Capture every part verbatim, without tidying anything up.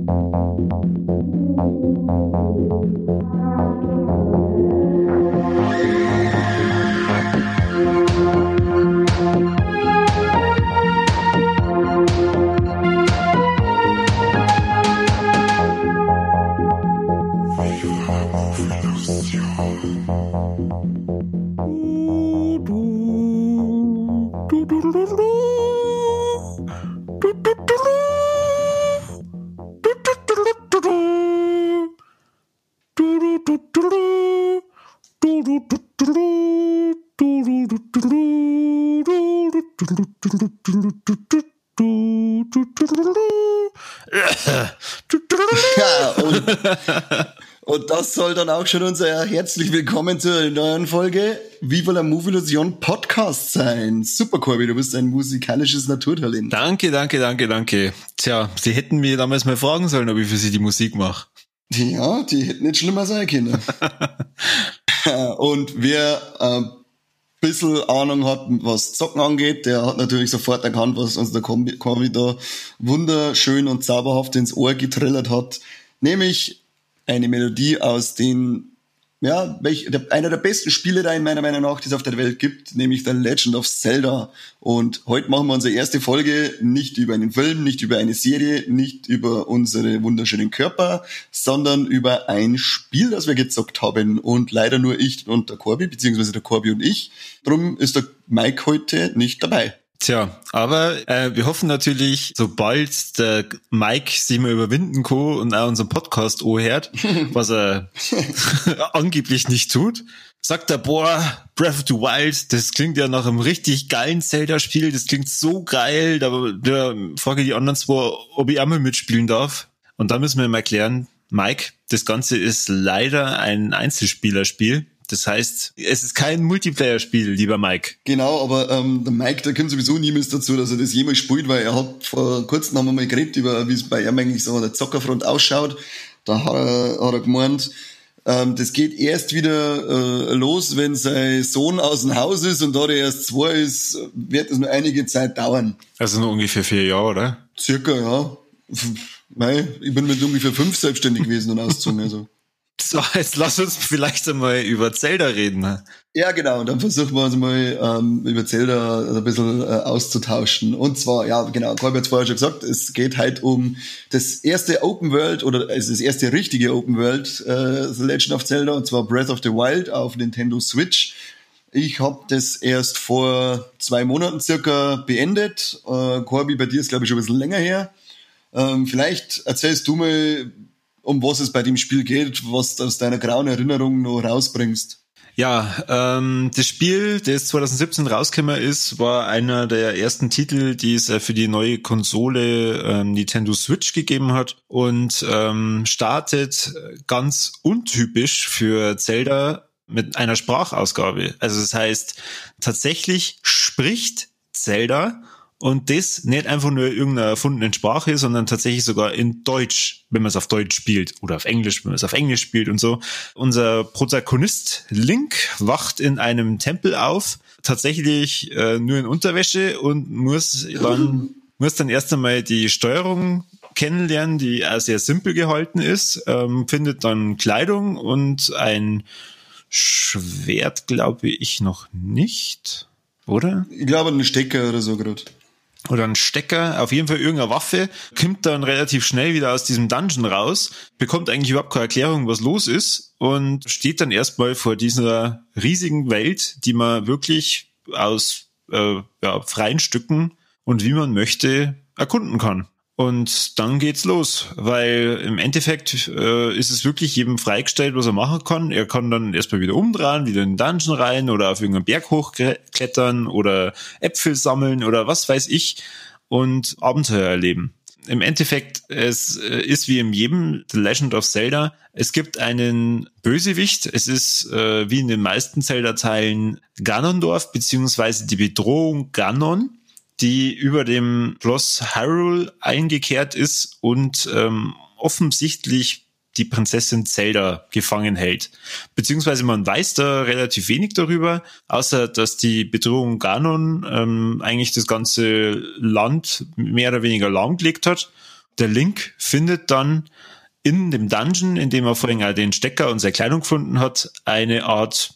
Ja, und, und das soll dann auch schon unser herzlich willkommen zur neuen Folge Viva la Movilusion Podcast sein. Super, Corby, du bist ein musikalisches Naturtalent. Danke, danke, danke, danke. Tja, Sie hätten mir damals mal fragen sollen, ob ich für Sie die Musik mache. Ja, die hätten nicht schlimmer sein können. Und wer ein äh, bisschen Ahnung hat, was Zocken angeht, der hat natürlich sofort erkannt, was uns der Corby da wunderschön und zauberhaft ins Ohr getrillert hat. Nämlich eine Melodie aus den, ja, welch, der, einer der besten Spielereien meiner Meinung nach, die es auf der Welt gibt, nämlich The Legend of Zelda. Und heute machen wir unsere erste Folge nicht über einen Film, nicht über eine Serie, nicht über unsere wunderschönen Körper, sondern über ein Spiel, das wir gezockt haben. Und leider nur ich und der Corby, beziehungsweise der Corby und ich. Drum ist der Mike heute nicht dabei. Tja, aber äh, wir hoffen natürlich, sobald der Mike sich mal überwinden kann und auch unseren Podcast anhört, was er angeblich nicht tut, sagt er, boah, Breath of the Wild, das klingt ja nach einem richtig geilen Zelda-Spiel, das klingt so geil, da, da frage ich die anderen zwei, ob ich auch mal mitspielen darf. Und dann müssen wir ihm erklären, Mike, das Ganze ist leider ein Einzelspielerspiel. Das heißt, es ist kein Multiplayer-Spiel, lieber Mike. Genau, aber ähm, der Mike, der kommt sowieso niemals dazu, dass er das jemals spielt, weil er hat vor kurzem haben wir mal geredet über, wie es bei ihm eigentlich so an der Zockerfront ausschaut. Da hat er, hat er gemeint, ähm, das geht erst wieder äh, los, wenn sein Sohn aus dem Haus ist, und da der erst zwei ist, wird es noch einige Zeit dauern. Also nur ungefähr vier Jahre, oder? Circa, ja. Nein, ich bin mit ungefähr fünf selbstständig gewesen und ausgezogen, also. So, jetzt lass uns vielleicht einmal über Zelda reden. Ne? Ja, genau. Und dann versuchen wir uns mal ähm, über Zelda ein bisschen äh, auszutauschen. Und zwar, ja, genau, Corby hat es vorher schon gesagt, es geht halt um das erste Open World, oder also das erste richtige Open World, äh, The Legend of Zelda, und zwar Breath of the Wild auf Nintendo Switch. Ich habe das erst vor zwei Monaten circa beendet. Äh, Corby, bei dir ist, glaube ich, schon ein bisschen länger her. Ähm, vielleicht erzählst du mal, um was es bei dem Spiel geht, was du aus deiner grauen Erinnerung noch rausbringst. Ja, ähm, das Spiel, das zwanzig siebzehn rausgekommen ist, war einer der ersten Titel, die es äh, für die neue Konsole ähm, Nintendo Switch gegeben hat, und ähm, startet ganz untypisch für Zelda mit einer Sprachausgabe. Also das heißt, tatsächlich spricht Zelda, und das nicht einfach nur irgendeine erfundene Sprache, sondern tatsächlich sogar in Deutsch, wenn man es auf Deutsch spielt, oder auf Englisch, wenn man es auf Englisch spielt und so. Unser Protagonist Link wacht in einem Tempel auf, tatsächlich äh, nur in Unterwäsche, und muss dann, muss dann erst einmal die Steuerung kennenlernen, die auch sehr simpel gehalten ist, ähm, findet dann Kleidung und ein Schwert, glaube ich, noch nicht, oder? Ich glaube, ein Stecker oder so gerade. Oder ein Stecker, auf jeden Fall irgendeine Waffe, kommt dann relativ schnell wieder aus diesem Dungeon raus, bekommt eigentlich überhaupt keine Erklärung, was los ist, und steht dann erstmal vor dieser riesigen Welt, die man wirklich aus äh, ja, freien Stücken und wie man möchte erkunden kann. Und dann geht's los, weil im Endeffekt äh, ist es wirklich jedem freigestellt, was er machen kann. Er kann dann erstmal wieder umdrehen, wieder in den Dungeon rein oder auf irgendeinen Berg hochklettern oder Äpfel sammeln oder was weiß ich und Abenteuer erleben. Im Endeffekt, es ist wie in jedem The Legend of Zelda, es gibt einen Bösewicht, es ist äh, wie in den meisten Zelda-Teilen Ganondorf, beziehungsweise die Bedrohung Ganon, die über dem Schloss Hyrule eingekehrt ist und ähm, offensichtlich die Prinzessin Zelda gefangen hält. Beziehungsweise man weiß da relativ wenig darüber, außer dass die Bedrohung Ganon ähm, eigentlich das ganze Land mehr oder weniger lahmgelegt hat Der Link findet dann in dem Dungeon, in dem er vorhin auch den Stecker und seine Kleidung gefunden hat, eine Art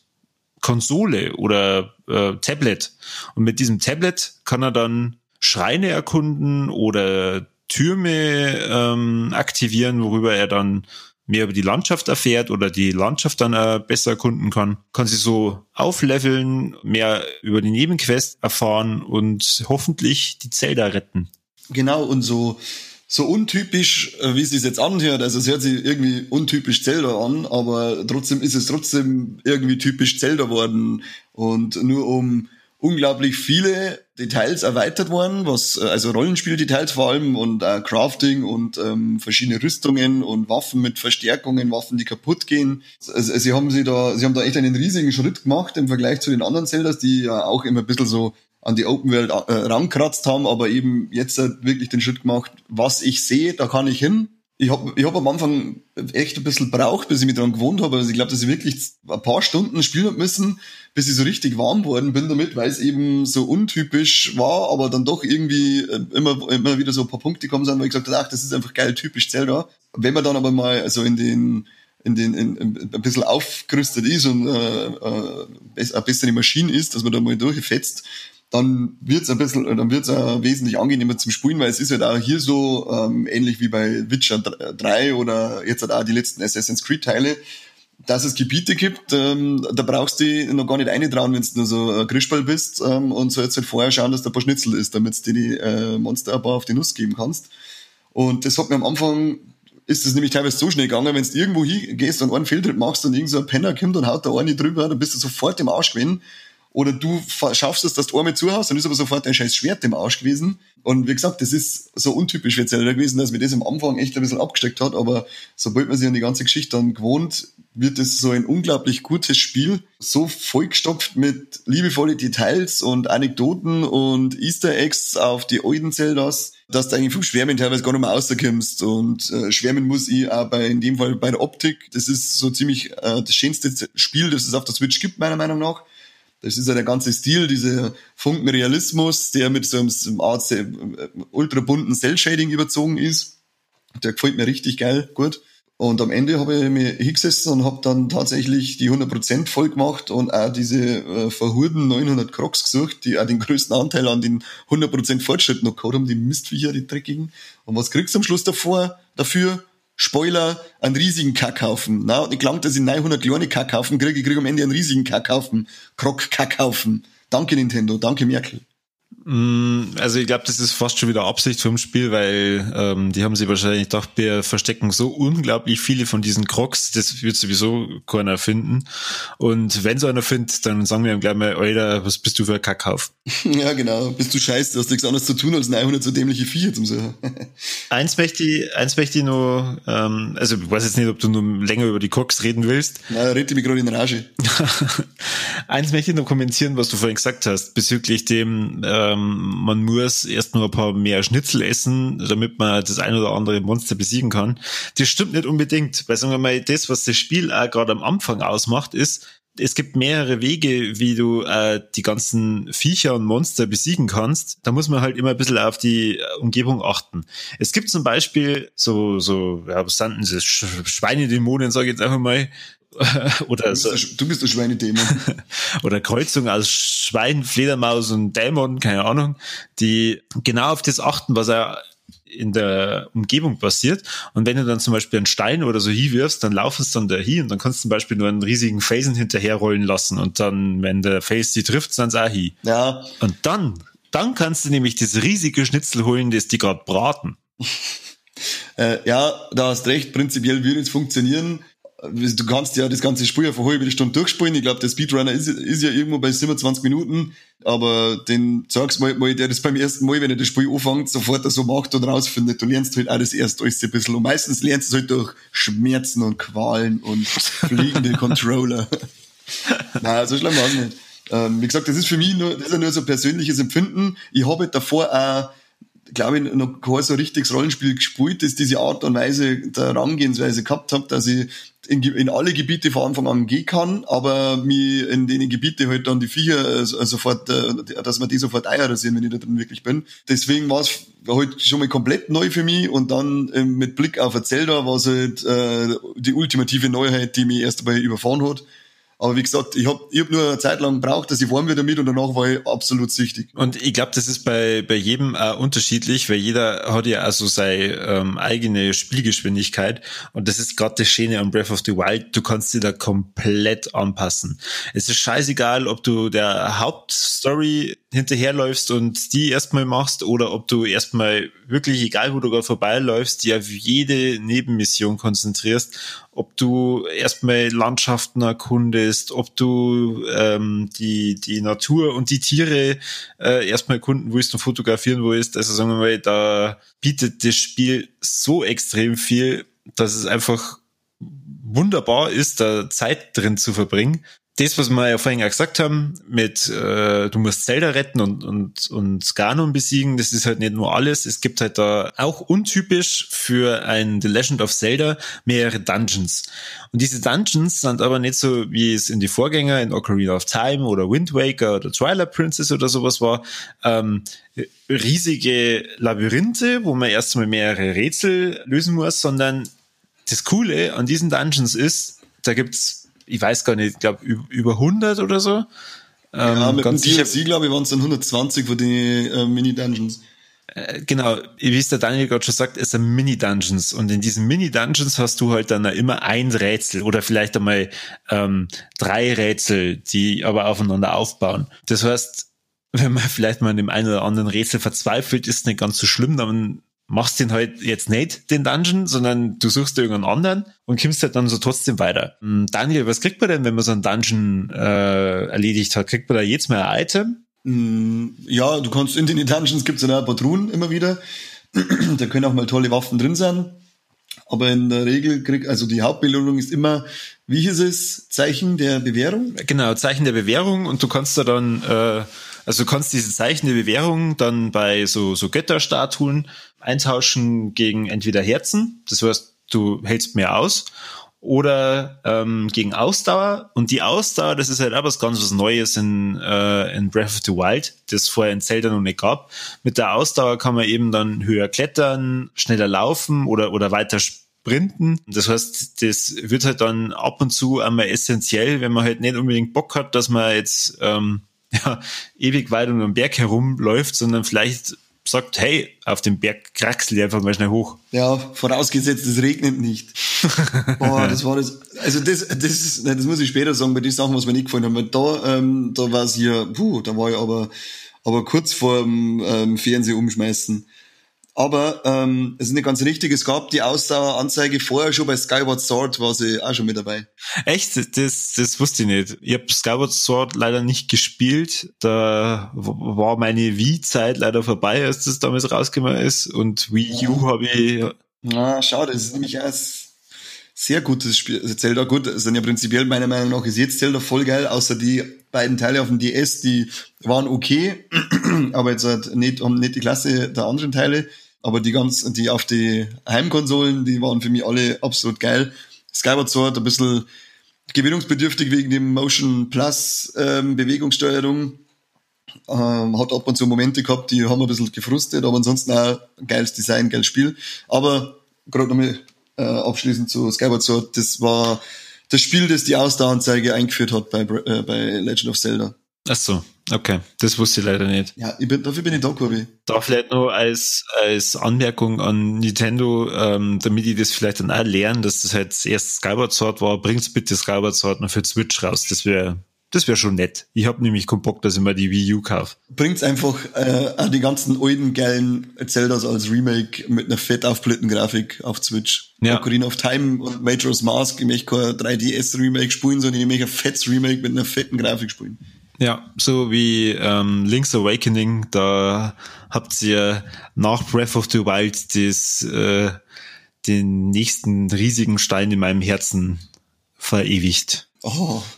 Konsole oder äh, Tablet. Und mit diesem Tablet kann er dann Schreine erkunden oder Türme ähm, aktivieren, worüber er dann mehr über die Landschaft erfährt oder die Landschaft dann äh, besser erkunden kann. Kann sie so aufleveln, mehr über die Nebenquest erfahren und hoffentlich die Zelda retten. Genau, und so so untypisch, wie es sich jetzt anhört, also es hört sich irgendwie untypisch Zelda an, aber trotzdem ist es trotzdem irgendwie typisch Zelda worden und nur um unglaublich viele Details erweitert worden, was also Rollenspieldetails vor allem und äh, Crafting und ähm, verschiedene Rüstungen und Waffen mit Verstärkungen, Waffen, die kaputt gehen. Also, sie haben sie da, sie haben da echt einen riesigen Schritt gemacht im Vergleich zu den anderen Zeldas, die ja auch immer ein bisschen so an die Open World äh, rankratzt haben, aber eben jetzt halt wirklich den Schritt gemacht, was ich sehe, da kann ich hin. Ich habe ich hab am Anfang echt ein bisschen braucht, bis ich mich dran gewohnt habe. Also ich glaube, dass ich wirklich ein paar Stunden spielen habe müssen, bis ich so richtig warm worden bin damit, weil es eben so untypisch war, aber dann doch irgendwie immer immer wieder so ein paar Punkte gekommen sind, weil ich gesagt habe, ach, das ist einfach geil, typisch Zelda. Wenn man dann aber mal also in den in den in, in, ein bisschen aufgerüstet ist und äh, äh, eine bessere Maschine ist, dass man da mal durchfetzt, dann wird's ein bisschen, dann wird's auch wesentlich angenehmer zum Spielen, weil es ist halt auch hier so ähm, ähnlich wie bei Witcher drei oder jetzt halt auch die letzten Assassin's Creed Teile, dass es Gebiete gibt, ähm, da brauchst du noch gar nicht eintrauen, wenn du nur so ein Grischball bist ähm, und sollst halt vorher schauen, dass da ein paar Schnitzel ist, damit du die äh, Monster ein paar auf die Nuss geben kannst. Und das hat mir am Anfang, ist es nämlich teilweise so schnell gegangen, wenn du irgendwo hingehst und einen Fehltritt machst und irgend so ein Penner kommt und haut da eine drüber, dann bist du sofort im Arsch gewesen. Oder du schaffst es, dass du einmal zuhaust, dann ist aber sofort dein scheiß Schwert im Arsch gewesen. Und wie gesagt, das ist so untypisch für Zelda gewesen, dass mir das am Anfang echt ein bisschen abgesteckt hat. Aber sobald man sich an die ganze Geschichte dann gewohnt, wird es so ein unglaublich gutes Spiel. So vollgestopft mit liebevolle Details und Anekdoten und Easter Eggs auf die alten Zeldas, dass du eigentlich vom Schwärmen teilweise gar nicht mehr rauskommst. Und äh, schwärmen muss ich auch bei, in dem Fall bei der Optik. Das ist so ziemlich äh, das schönste Spiel, das es auf der Switch gibt, meiner Meinung nach. Das ist ja der ganze Stil, dieser Funkenrealismus, der mit so einem Art ultra bunten Cell-Shading überzogen ist. Der gefällt mir richtig geil, gut. Und am Ende habe ich mich hingesessen und habe dann tatsächlich die hundert Prozent voll gemacht und auch diese äh, verhurten neunhundert Crocs gesucht, die auch den größten Anteil an den hundert Prozent Fortschritt noch gehabt haben, die Mistviecher, die dreckigen. Und was kriegst du am Schluss davor, dafür? Spoiler, einen riesigen Kackhaufen. Na, und ich glaube, dass ich neunhundert kleine Kackhaufen kriege. Ich kriege am Ende einen riesigen Kackhaufen. Krog-Kackhaufen. Danke Nintendo, danke Merkel. Also ich glaube, das ist fast schon wieder Absicht vom Spiel, weil ähm, die haben sich wahrscheinlich gedacht, wir verstecken so unglaublich viele von diesen Crocs, das wird sowieso keiner finden. Und wenn so einer findet, dann sagen wir ihm gleich mal, Alter, was bist du für ein Kackhaufen? Ja, genau. Bist du scheiße, du hast nichts anderes zu tun, als neunhundert so dämliche Viecher zum Suchen. Eins möchte ich, eins möchte ich noch, ähm, also ich weiß jetzt nicht, ob du noch länger über die Crocs reden willst. Nein, rede mich gerade in Rage. Eins möchte ich noch kommentieren, was du vorhin gesagt hast, bezüglich dem, ähm, man muss erst noch ein paar mehr Schnitzel essen, damit man das ein oder andere Monster besiegen kann. Das stimmt nicht unbedingt, weil sagen wir mal, das, was das Spiel auch gerade am Anfang ausmacht, ist, es gibt mehrere Wege, wie du äh, die ganzen Viecher und Monster besiegen kannst. Da muss man halt immer ein bisschen auf die Umgebung achten. Es gibt zum Beispiel so, so, ja, was sind denn das? Schweinedämonen, sage ich jetzt einfach mal. Oder du, bist so, ein, du bist ein Schweinedämon. Oder Kreuzung aus Schwein, Fledermaus und Dämon, keine Ahnung, die genau auf das achten, was er in der Umgebung passiert. Und wenn du dann zum Beispiel einen Stein oder so hinwirfst, dann laufen es dann da hin und dann kannst du zum Beispiel nur einen riesigen Felsen hinterherrollen lassen und dann, wenn der Fels die trifft, sind es auch hin. Ja. Und dann, dann kannst du nämlich das riesige Schnitzel holen, das die gerade braten. äh, ja, da hast recht, prinzipiell würde es funktionieren. Du kannst ja das ganze Spiel ja vor halbe Stunde durchspielen. Ich glaube, der Speedrunner ist, ist ja irgendwo bei siebenundzwanzig Minuten. Aber den sag's mal, mal, der das beim ersten Mal, wenn er das Spiel anfängt, sofort so macht und rausfindet. Du lernst halt auch das erste alles ein bisschen. Und meistens lernst du es halt durch Schmerzen und Qualen und fliegende Controller. Nein, so schlimm war es nicht. Ähm, wie gesagt, das ist für mich nur, das ist ja nur so ein persönliches Empfinden. Ich habe halt davor auch glaube ich, noch kein so richtiges Rollenspiel gespielt, das diese Art und Weise der Herangehensweise gehabt hat, dass ich in, in alle Gebiete von Anfang an gehen kann, aber mir in den Gebiete halt dann die Viecher äh, sofort, äh, dass man die sofort Eier sehen, wenn ich da drin wirklich bin. Deswegen war es halt schon mal komplett neu für mich und dann äh, mit Blick auf ein Zelda war es halt äh, die ultimative Neuheit, die mich erst einmal überfahren hat. Aber wie gesagt, ich habe ich hab nur eine Zeit lang gebraucht, dass ich warm wieder damit und danach war ich absolut süchtig. Und ich glaube, das ist bei bei jedem auch unterschiedlich, weil jeder hat ja also seine ähm, eigene Spielgeschwindigkeit und das ist gerade das Schöne an Breath of the Wild, du kannst dir da komplett anpassen. Es ist scheißegal, ob du der Hauptstory hinterherläufst und die erstmal machst oder ob du erstmal wirklich, egal wo du gerade vorbeiläufst, die auf jede Nebenmission konzentrierst, ob du erstmal Landschaften erkundest, ob du ähm, die die Natur und die Tiere äh, erstmal erkunden willst und fotografieren willst. Also sagen wir mal, da bietet das Spiel so extrem viel, dass es einfach wunderbar ist, da Zeit drin zu verbringen. Das, was wir ja vorhin auch gesagt haben, mit äh, du musst Zelda retten und und und Ganon besiegen, das ist halt nicht nur alles. Es gibt halt da auch untypisch für ein The Legend of Zelda mehrere Dungeons. Und diese Dungeons sind aber nicht so, wie es in die Vorgänger in Ocarina of Time oder Wind Waker oder Twilight Princess oder sowas war, ähm, riesige Labyrinthe, wo man erstmal mehrere Rätsel lösen muss, sondern das Coole an diesen Dungeons ist, da gibt's, ich weiß gar nicht, ich glaube über hundert oder so. Ja, ähm, mit ganz dem D L C, glaube ich, waren es dann hundertzwanzig von den äh, Mini-Dungeons. Äh, genau, wie es der Daniel gerade schon sagt, es sind Mini-Dungeons und in diesen Mini-Dungeons hast du halt dann immer ein Rätsel oder vielleicht einmal ähm, drei Rätsel, die aber aufeinander aufbauen. Das heißt, wenn man vielleicht mal in dem einen oder anderen Rätsel verzweifelt, ist nicht ganz so schlimm, dann machst den halt jetzt nicht, den Dungeon, sondern du suchst irgendeinen anderen und kommst halt dann so trotzdem weiter. Daniel, was kriegt man denn, wenn man so einen Dungeon äh, erledigt hat? Kriegt man da jetzt mal ein Item? Ja, du kannst in den Dungeons gibt's ja auch Patronen immer wieder. Da können auch mal tolle Waffen drin sein. Aber in der Regel kriegt, also die Hauptbelohnung ist immer, wie hieß es, Zeichen der Bewährung? Genau, Zeichen der Bewährung und du kannst da dann, äh, also du kannst diese Zeichen der Bewährung dann bei so, so Götterstatuen eintauschen gegen entweder Herzen, das heißt, du hältst mehr aus, oder ähm, gegen Ausdauer. Und die Ausdauer, das ist halt auch was ganz was Neues in, äh, in Breath of the Wild, das vorher in Zelda noch nicht gab. Mit der Ausdauer kann man eben dann höher klettern, schneller laufen oder, oder weiter sprinten. Das heißt, das wird halt dann ab und zu einmal essentiell, wenn man halt nicht unbedingt Bock hat, dass man jetzt ähm, ja, ewig weit um den Berg herumläuft, sondern vielleicht sagt, hey, auf dem Berg kraxel ich einfach mal schnell hoch. Ja, vorausgesetzt, es regnet nicht. Boah, das war das, also das, das, das muss ich später sagen, bei den Sachen, was mir nicht gefallen haben, weil da, ähm, da war es hier, puh, da war ich aber, aber kurz vor dem ähm, Fernseher umschmeißen. Aber ähm, es ist nicht ganz richtig, es gab die Ausdaueranzeige vorher schon bei Skyward Sword, war sie auch schon mit dabei. Echt? Das, das wusste ich nicht. Ich habe Skyward Sword leider nicht gespielt. Da war meine Wii-Zeit leider vorbei, als das damals rausgekommen ist. Und Wii U ja. habe ich... Na, schade, das ist nämlich ein sehr gutes Spiel. Also Zelda, gut, das sind ja prinzipiell meiner Meinung nach ist jetzt Zelda voll geil, außer die beiden Teile auf dem D S, die waren okay, aber jetzt halt nicht, haben nicht die Klasse der anderen Teile. Aber die ganz, die auf die Heimkonsolen, die waren für mich alle absolut geil. Skyward Sword ein bisschen gewöhnungsbedürftig wegen dem Motion Plus ähm, Bewegungssteuerung. Ähm, hat ab und zu Momente gehabt, die haben ein bisschen gefrustet, aber ansonsten auch geiles Design, geiles Spiel. Aber gerade nochmal äh, abschließend zu Skyward Sword, das war das Spiel, das die Ausdaueranzeige eingeführt hat bei, äh, bei Legend of Zelda. Ach so, okay. Das wusste ich leider nicht. Ja, ich bin, dafür bin ich da, Corby. Da vielleicht nur als, als Anmerkung an Nintendo, ähm, damit die das vielleicht dann auch lernen, dass das halt erst Skyward Sword war, bringt's bitte Skyward Sword noch für Switch raus. Das wäre das wäre schon nett. Ich habe nämlich keinen Bock, dass ich mir die Wii U kaufe. Bringt's einfach äh, auch die ganzen alten geilen Zeldas als Remake mit einer fett aufblitten Grafik auf Switch. Ja. Ocarina of Time und Majora's Mask, ich möchte kein drei D S Remake spielen, sondern ich möchte ein fettes Remake mit einer fetten Grafik spielen. Ja, so wie ähm, Link's Awakening, da habt ihr nach Breath of the Wild das, äh, den nächsten riesigen Stein in meinem Herzen verewigt. Oh,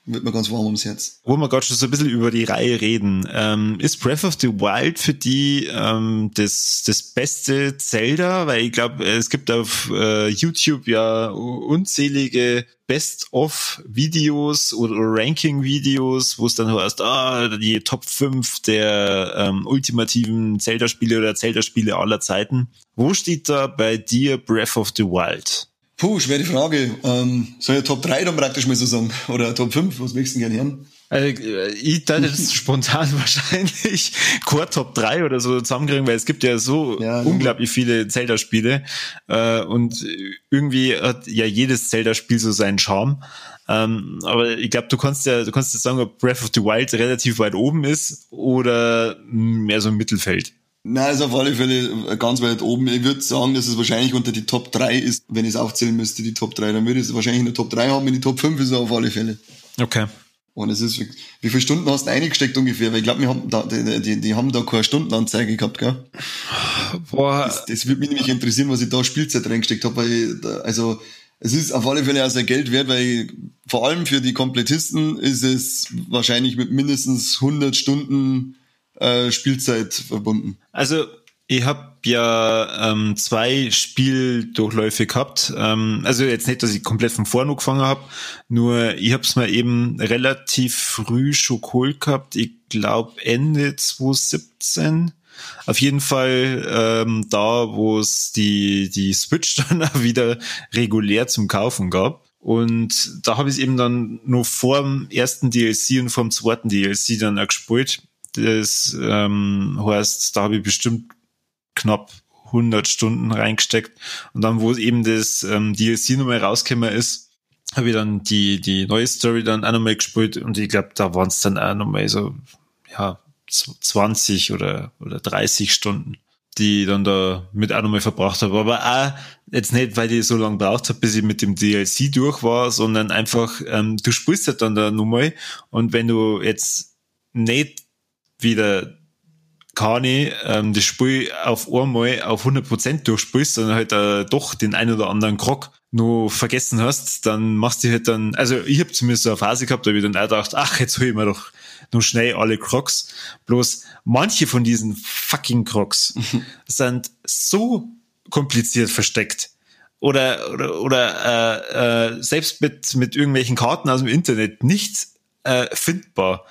wird mir ganz warm ums Herz. Wo wir gerade schon so ein bisschen über die Reihe reden, ähm, ist Breath of the Wild für die ähm, das das beste Zelda? Weil ich glaube, es gibt auf äh, YouTube ja unzählige Best-of-Videos oder Ranking-Videos, wo es dann heißt, ah, die Top fünf der ähm, ultimativen Zelda-Spiele oder Zelda-Spiele aller Zeiten. Wo steht da bei dir Breath of the Wild? Puh, schwere Frage. Ähm, soll ich Top drei dann praktisch mal so sagen? Oder Top fünf? Was möchtest du denn gerne hören? Also, ich dachte jetzt spontan wahrscheinlich Core Top drei oder so zusammenkriegen, weil es gibt ja so ja, unglaublich ja. viele Zelda-Spiele äh, und irgendwie hat ja jedes Zelda-Spiel so seinen Charme. Ähm, aber ich glaube, du kannst ja, du kannst jetzt sagen, ob Breath of the Wild relativ weit oben ist oder mehr so im Mittelfeld. Nein, ist auf alle Fälle ganz weit oben. Ich würde sagen, dass es wahrscheinlich unter die Top drei ist, wenn ich es aufzählen müsste, die Top drei. Dann würde ich es wahrscheinlich in der Top drei haben, in die Top fünf ist es auf alle Fälle. Okay. Und es ist, wie viele Stunden hast du eingesteckt ungefähr? Weil ich glaube, wir haben da, die, die, die haben da keine Stundenanzeige gehabt, gell? Boah. Das, das würde mich nämlich interessieren, was ich da Spielzeit reingesteckt habe, weil ich, da, also, es ist auf alle Fälle auch sehr Geld wert, weil ich, vor allem für die Komplettisten ist es wahrscheinlich mit mindestens hundert Stunden äh, Spielzeit verbunden. Also, ich habe ja ähm, zwei Spieldurchläufe gehabt. Ähm, also jetzt nicht, dass ich komplett von vorne angefangen habe, nur ich habe es mir eben relativ früh schon geholt gehabt. Ich glaube Ende zwanzig siebzehn. Auf jeden Fall ähm, da, wo es die die Switch dann auch wieder regulär zum Kaufen gab. Und da habe ich es eben dann nur vor dem ersten D L C und vor dem zweiten D L C dann auch gespielt. Das ähm, heißt, da habe ich bestimmt knapp hundert Stunden reingesteckt. Und dann, wo eben das ähm, D L C nochmal rausgekommen ist, habe ich dann die die neue Story dann auch nochmal gespielt. Und ich glaube, da waren es dann auch nochmal so, ja, zwanzig oder oder dreißig Stunden, die ich dann da mit auch nochmal verbracht habe. Aber auch jetzt nicht, weil ich so lange gebraucht habe, bis ich mit dem D L C durch war, sondern einfach, ähm, du spielst halt dann da nochmal. Und wenn du jetzt nicht wieder keine ähm, das Spiel auf einmal auf hundert Prozent durchspielst, sondern halt äh, doch den ein oder anderen Krog noch vergessen hast, dann machst du halt dann, also ich habe zumindest so eine Phase gehabt, da habe ich dann auch gedacht, ach, jetzt hol ich mir doch noch schnell alle Crocs. Bloß manche von diesen fucking Crocs sind so kompliziert versteckt. Oder oder oder äh, äh, selbst mit mit irgendwelchen Karten aus dem Internet nicht äh, findbar.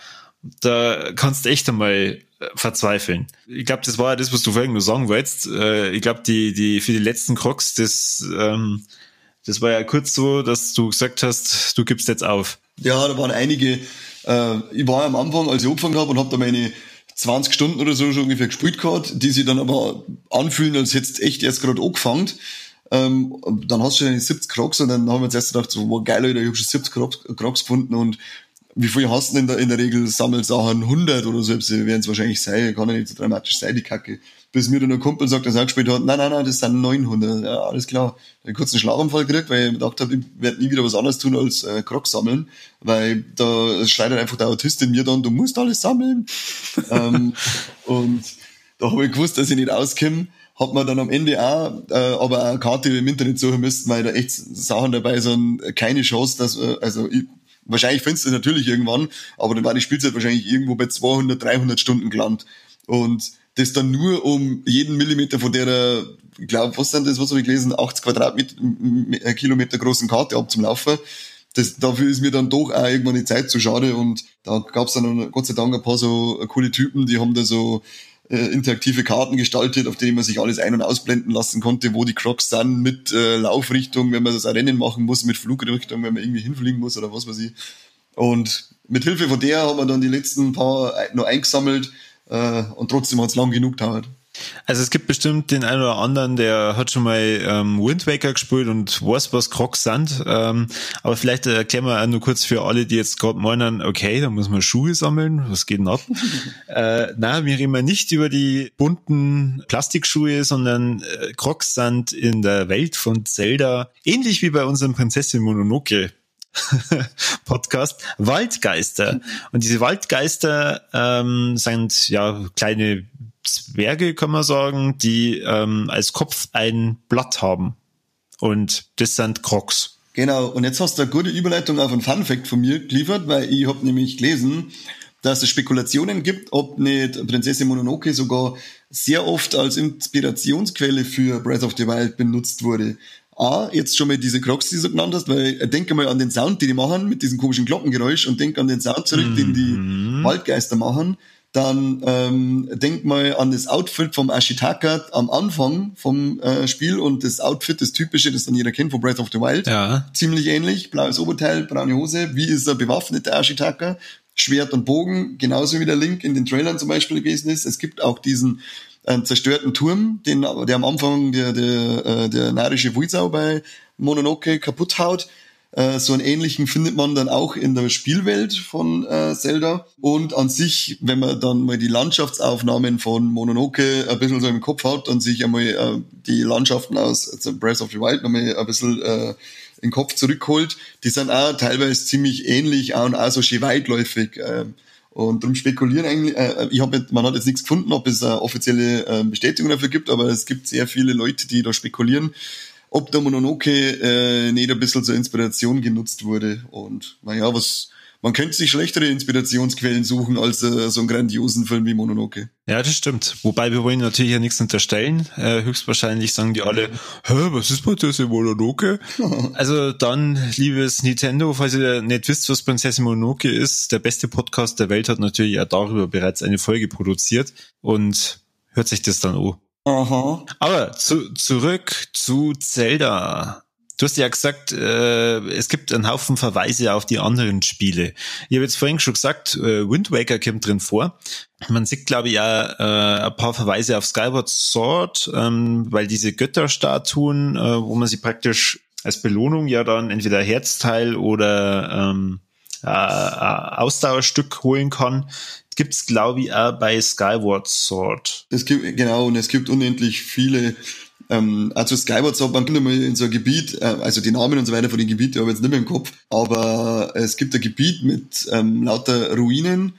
Da kannst du echt einmal verzweifeln. Ich glaube, das war ja das, was du vorhin nur sagen wolltest. Ich glaube, die die für die letzten Crocs, das ähm, das war ja kurz so, dass du gesagt hast, du gibst jetzt auf. Ja, da waren einige. Äh, ich war am Anfang, als ich angefangen habe, und habe da meine zwanzig Stunden oder so schon ungefähr gespielt gehabt, die sich dann aber anfühlen, als hättest du echt erst gerade angefangen. Ähm, dann hast du schon deine siebzig Crocs und dann haben wir uns erst gedacht, so, wow, geil, Alter, ich habe schon siebzig Crocs, Crocs gefunden und wie viel hast du denn in der, in der Regel Sammelsachen? hundert oder so, werden es wahrscheinlich sein, kann ja nicht so dramatisch sein, die Kacke. Bis mir dann ein Kumpel sagt, der auch gespielt hat, nein, nein, nein, das sind neunhundert. Ja, alles klar. Ich habe kurz einen Schlaganfall gekriegt, weil ich gedacht habe, ich werde nie wieder was anderes tun als äh, Crocs sammeln, weil da schreit einfach der Autist in mir dann, du musst alles sammeln. ähm, und da habe ich gewusst, dass ich nicht auskomme. Hat man dann am Ende auch, äh, aber auch eine Karte im Internet suchen müssen, weil da echt Sachen dabei sind, keine Chance, dass, äh, also ich, wahrscheinlich findest du es natürlich irgendwann, aber dann war die Spielzeit wahrscheinlich irgendwo bei zweihundert, dreihundert Stunden gelandet. Und das dann nur um jeden Millimeter von der, ich glaube, was sind das, was habe ich gelesen, achtzig Quadratkilometer großen Karte abzulaufen. Das, dafür ist mir dann doch auch irgendwann die Zeit zu schade und da gab es dann Gott sei Dank ein paar so coole Typen, die haben da so äh, interaktive Karten gestaltet, auf denen man sich alles ein- und ausblenden lassen konnte, wo die Crocs sind, mit äh, Laufrichtung, wenn man das ein Rennen machen muss, mit Flugrichtung, wenn man irgendwie hinfliegen muss oder was weiß ich. Und mit Hilfe von der haben wir dann die letzten paar noch eingesammelt äh, und trotzdem hat es lang genug gedauert. Also es gibt bestimmt den einen oder anderen, der hat schon mal ähm, Wind Waker gespielt und weiß, was Crocs sind. Ähm, aber vielleicht erklären wir auch nur kurz für alle, die jetzt gerade meinen, okay, da muss man Schuhe sammeln, was geht denn ab? äh, nein, wir reden nicht über die bunten Plastikschuhe, sondern äh, Crocs sind in der Welt von Zelda, ähnlich wie bei unserem Prinzessin Mononoke Podcast, Waldgeister. Und diese Waldgeister ähm, sind ja kleine Zwerge, kann man sagen, die ähm, als Kopf ein Blatt haben. Und das sind Crocs. Genau, und jetzt hast du eine gute Überleitung auf einen Funfact von mir geliefert, weil ich habe nämlich gelesen, dass es Spekulationen gibt, ob nicht Prinzessin Mononoke sogar sehr oft als Inspirationsquelle für Breath of the Wild benutzt wurde. A, jetzt schon mal diese Crocs, die du genannt hast, weil ich denke mal an den Sound, den die machen, mit diesem komischen Glockengeräusch, und denk an den Sound zurück, mm-hmm. den die Waldgeister machen. Dann ähm, denk mal an das Outfit vom Ashitaka am Anfang vom äh, Spiel, und das Outfit, das typische, das dann jeder kennt von Breath of the Wild. Ja. Ziemlich ähnlich, blaues Oberteil, braune Hose. Wie ist er bewaffnet, der Ashitaka? Schwert und Bogen, genauso wie der Link in den Trailern zum Beispiel gewesen ist. Es gibt auch diesen äh, zerstörten Turm, den, der am Anfang der, der, äh, der narische Wuizau bei Mononoke kaputt haut. Äh, so einen ähnlichen findet man dann auch in der Spielwelt von äh, Zelda. Und an sich, wenn man dann mal die Landschaftsaufnahmen von Mononoke ein bisschen so im Kopf hat und sich einmal äh, die Landschaften aus also Breath of the Wild nochmal ein bisschen äh, in den Kopf zurückholt, die sind auch teilweise ziemlich ähnlich auch und auch so schön weitläufig. Äh, und darum spekulieren eigentlich, äh, ich hab jetzt, man hat jetzt nichts gefunden, ob es eine offizielle äh, Bestätigung dafür gibt, aber es gibt sehr viele Leute, die da spekulieren, ob der Mononoke äh, nicht ein bisschen zur Inspiration genutzt wurde. Und naja, was man könnte sich schlechtere Inspirationsquellen suchen als äh, so einen grandiosen Film wie Mononoke. Ja, das stimmt. Wobei wir wollen natürlich ja nichts unterstellen. Äh, höchstwahrscheinlich sagen die alle, hä, was ist Prinzessin Mononoke? Also dann, liebes Nintendo, falls ihr nicht wisst, was Prinzessin Mononoke ist, der beste Podcast der Welt hat natürlich auch darüber bereits eine Folge produziert und hört sich das dann an. Aha. Aber zu, zurück zu Zelda. Du hast ja gesagt, äh, es gibt einen Haufen Verweise auf die anderen Spiele. Ich habe jetzt vorhin schon gesagt, äh, Wind Waker kommt drin vor. Man sieht, glaube ich, auch äh, ein paar Verweise auf Skyward Sword, ähm, weil diese Götterstatuen, äh, wo man sie praktisch als Belohnung ja dann entweder Herzteil oder ähm, äh, Ausdauerstück holen kann, gibt's, glaube ich, auch bei Skyward Sword. Es gibt, genau, und es gibt unendlich viele. Ähm, also Skyward Sword, man kommt einmal in so ein Gebiet, äh, also die Namen und so weiter von den Gebieten habe ich jetzt nicht mehr im Kopf, aber es gibt ein Gebiet mit ähm, lauter Ruinen,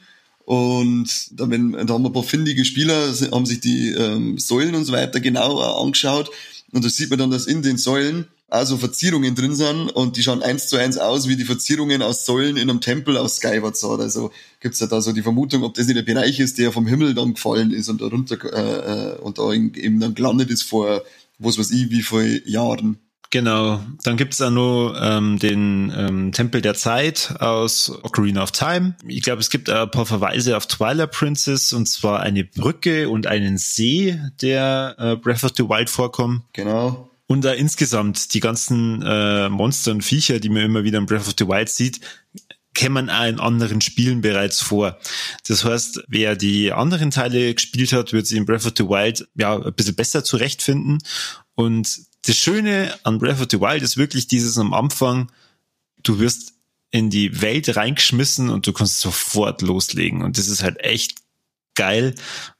und da, wenn, da haben ein paar findige Spieler, haben sich die ähm, Säulen und so weiter genauer angeschaut, und da sieht man dann, dass in den Säulen also Verzierungen drin sind, und die schauen eins zu eins aus wie die Verzierungen aus Säulen in einem Tempel aus Skyward Sword. Also gibt's ja da so die Vermutung, ob das nicht der Bereich ist, der vom Himmel dann gefallen ist und da runter äh, und da eben dann gelandet ist vor, was weiß ich, wie viele Jahren. Genau, dann gibt's auch noch ähm, den ähm, Tempel der Zeit aus Ocarina of Time. Ich glaube, es gibt ein paar Verweise auf Twilight Princess, und zwar eine Brücke und einen See, der äh, Breath of the Wild vorkommen. Genau. Und da insgesamt die ganzen äh, Monster und Viecher, die man immer wieder in Breath of the Wild sieht, kämen auch in anderen Spielen bereits vor. Das heißt, wer die anderen Teile gespielt hat, wird sich in Breath of the Wild ja ein bisschen besser zurechtfinden. Und das Schöne an Breath of the Wild ist wirklich dieses am Anfang, du wirst in die Welt reingeschmissen und du kannst sofort loslegen. Und das ist halt echt geil.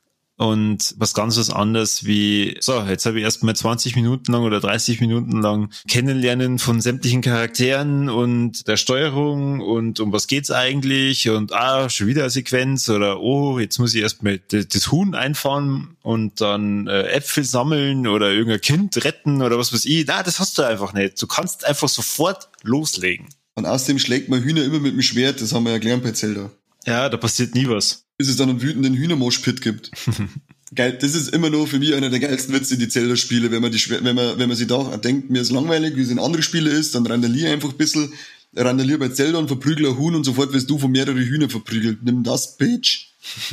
Und was ganz was anderes wie, so, jetzt habe ich erstmal zwanzig Minuten lang oder dreißig Minuten lang Kennenlernen von sämtlichen Charakteren und der Steuerung und um was geht's eigentlich und ah, schon wieder eine Sequenz oder oh, jetzt muss ich erstmal das Huhn einfahren und dann äh, Äpfel sammeln oder irgendein Kind retten oder was weiß ich. Na, das hast du einfach nicht. Du kannst einfach sofort loslegen. Und außerdem schlägt man Hühner immer mit dem Schwert, das haben wir ja gelernt bei Zelda. Ja, da passiert nie was. Bis es dann einen wütenden Hühnermoschpit gibt. Geil, das ist immer noch für mich einer der geilsten Witze in die Zelda-Spiele, wenn man die, wenn man, wenn man sich da denkt, mir ist langweilig, wie es in andere Spiele ist, dann randalier einfach ein bisschen, randalier bei Zelda und verprügel ein Huhn und sofort wirst du von mehrere Hühner verprügelt. Nimm das, Bitch.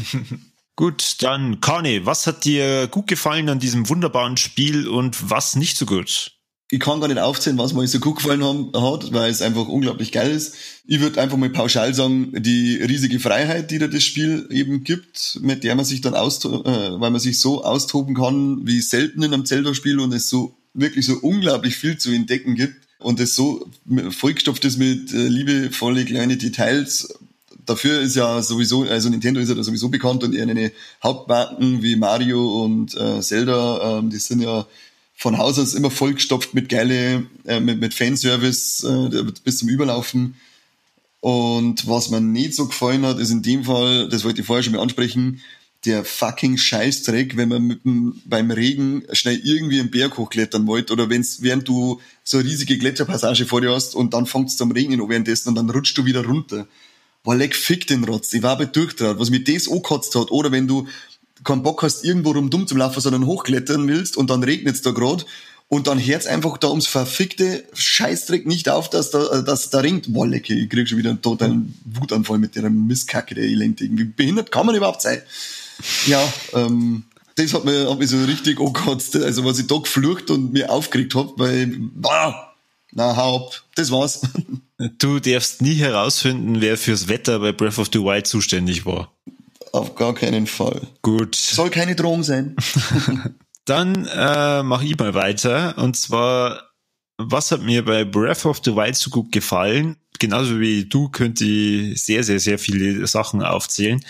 Gut, dann Kani, was hat dir gut gefallen an diesem wunderbaren Spiel und was nicht so gut? Ich kann gar nicht aufzählen, was mir so gut gefallen haben, hat, weil es einfach unglaublich geil ist. Ich würde einfach mal pauschal sagen, die riesige Freiheit, die da das Spiel eben gibt, mit der man sich dann austo- äh, weil man sich so austoben kann, wie selten in einem Zelda-Spiel, und es so wirklich so unglaublich viel zu entdecken gibt und es so vollgestopft ist mit äh, liebevolle kleine Details. Dafür ist ja sowieso, also Nintendo ist ja da sowieso bekannt, und ihre Hauptmarken wie Mario und äh, Zelda, ähm, die sind ja von Haus aus immer vollgestopft mit geile, äh, mit, mit Fanservice äh, bis zum Überlaufen. Und was mir nicht so gefallen hat, ist in dem Fall, das wollte ich vorher schon mal ansprechen, der fucking Scheißdreck, wenn man mit dem, beim Regen schnell irgendwie einen Berg hochklettern wollt oder wenn's, während du so eine riesige Gletscherpassage vor dir hast und dann fängt es zum Regnen an währenddessen und dann rutscht du wieder runter. Boah, leck, fick den Rotz. Ich war aber durchdraht, was mir das angekotzt hat. Oder wenn du keinen Bock hast, irgendwo rumdumm zum Laufen, sondern hochklettern willst und dann regnet's da grad und dann hört's einfach da ums verfickte Scheißdreck nicht auf, dass da, dass da regnet. Boah, leck, ich krieg schon wieder einen totalen Wutanfall mit der Mistkacke, der Elendigen. Wie behindert kann man überhaupt sein? Ja, ähm, das hat mir, hat mich so richtig angekotzt. Also, was ich da geflucht und mir aufgeregt hab, weil, bah, na, hau ab. Das war's. Du darfst nie herausfinden, wer fürs Wetter bei Breath of the Wild zuständig war. Auf gar keinen Fall. Gut. Soll keine Drohung sein. Dann äh, mache ich mal weiter. Und zwar, was hat mir bei Breath of the Wild so gut gefallen? Genauso wie du könnte ich sehr, sehr, sehr viele Sachen aufzählen.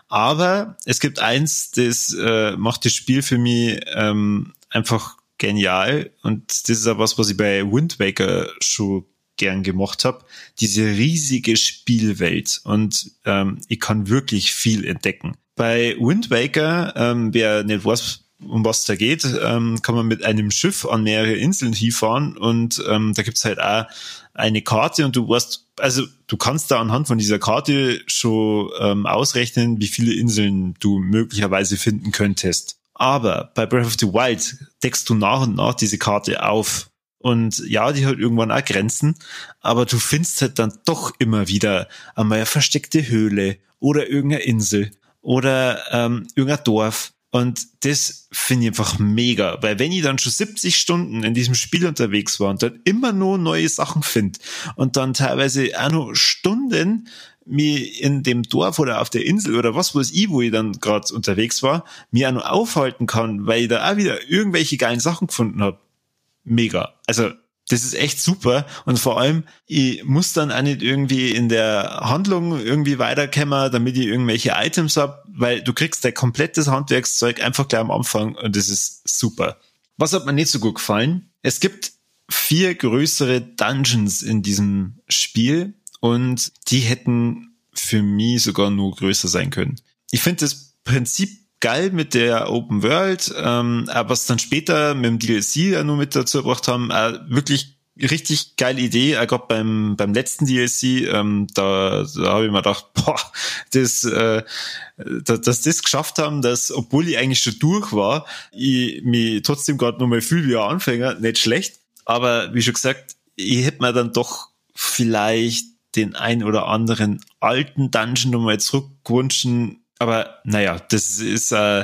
Aber es gibt eins, das äh, macht das Spiel für mich ähm, einfach genial. Und das ist auch was, was ich bei Wind Waker schon gern gemacht habe. Diese riesige Spielwelt. Und ähm, ich kann wirklich viel entdecken. Bei Wind Waker, ähm, wer nicht weiß, um was da geht, ähm, kann man mit einem Schiff an mehrere Inseln hinfahren und ähm, da gibt's halt auch eine Karte und du weißt, also du kannst da anhand von dieser Karte schon ähm, ausrechnen, wie viele Inseln du möglicherweise finden könntest. Aber bei Breath of the Wild deckst du nach und nach diese Karte auf. Und ja, die hat irgendwann auch Grenzen, aber du findest halt dann doch immer wieder einmal eine versteckte Höhle oder irgendeine Insel oder ähm, irgendein Dorf. Und das finde ich einfach mega, weil wenn ich dann schon siebzig Stunden in diesem Spiel unterwegs war und dann immer nur neue Sachen finde und dann teilweise auch noch Stunden mich in dem Dorf oder auf der Insel oder was weiß ich, wo ich dann gerade unterwegs war, mir auch noch aufhalten kann, weil ich da auch wieder irgendwelche geilen Sachen gefunden habe. Mega. Also das ist echt super und vor allem, ich muss dann auch nicht irgendwie in der Handlung irgendwie weiterkommen, damit ich irgendwelche Items hab, weil du kriegst dein komplettes Handwerkszeug einfach gleich am Anfang und das ist super. Was hat mir nicht so gut gefallen? Es gibt vier größere Dungeons in diesem Spiel und die hätten für mich sogar nur größer sein können. Ich finde das Prinzip geil mit der Open World, ähm, aber was dann später mit dem D L C ja nur mit dazu gebracht haben, äh, wirklich richtig geile Idee, äh, gerade beim beim letzten D L C, ähm, da, da habe ich mir gedacht, boah, das, äh, dass, dass das geschafft haben, dass, obwohl ich eigentlich schon durch war, ich mich trotzdem gerade nochmal fühle wie ein Anfänger, nicht schlecht, aber wie schon gesagt, ich hätte mir dann doch vielleicht den ein oder anderen alten Dungeon nochmal zurückgewünscht. Aber naja, das ist äh,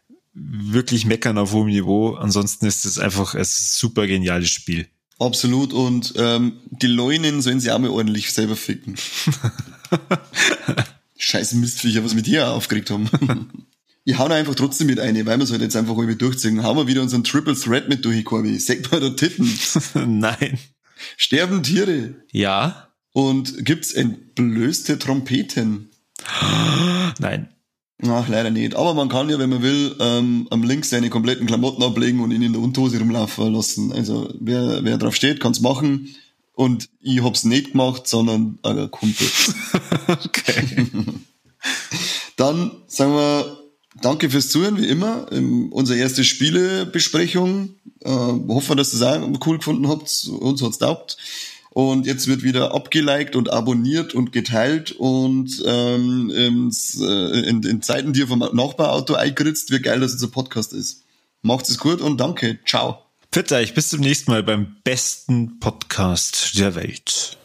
wirklich meckern auf hohem Niveau. Ansonsten ist es einfach ein super geniales Spiel. Absolut. Und ähm, die Leunen sollen sie auch mal ordentlich selber ficken. Scheiß Mistviecher, was wir dir auch aufgeregt haben. Ich hau da einfach trotzdem mit ein, weil wir es halt jetzt einfach irgendwie durchziehen. Hauen wir wieder unseren Triple Threat mit durch, Corby. Sag mal da Titten. Nein. Sterben Tiere. Ja. Und gibt's entblößte Trompeten? Nein. Ach, leider nicht. Aber man kann ja, wenn man will, ähm, am Link seine kompletten Klamotten ablegen und ihn in der Unterhose rumlaufen lassen. Also wer, wer drauf steht, kann's machen. Und ich hab's nicht gemacht, sondern ein Kumpel. Okay. Dann sagen wir danke fürs Zuhören, wie immer. Ähm, unsere erste Spielebesprechung. Äh, hoffen, dass ihr es auch cool gefunden habt. Uns hat's taugt. Und jetzt wird wieder abgeliked und abonniert und geteilt und ähm, in, in Zeiten, die ihr vom Nachbarauto eingeritzt, wie geil, dass unser Podcast ist. Macht's es gut und danke. Ciao. Pfiat euch, bis zum nächsten Mal beim besten Podcast der Welt.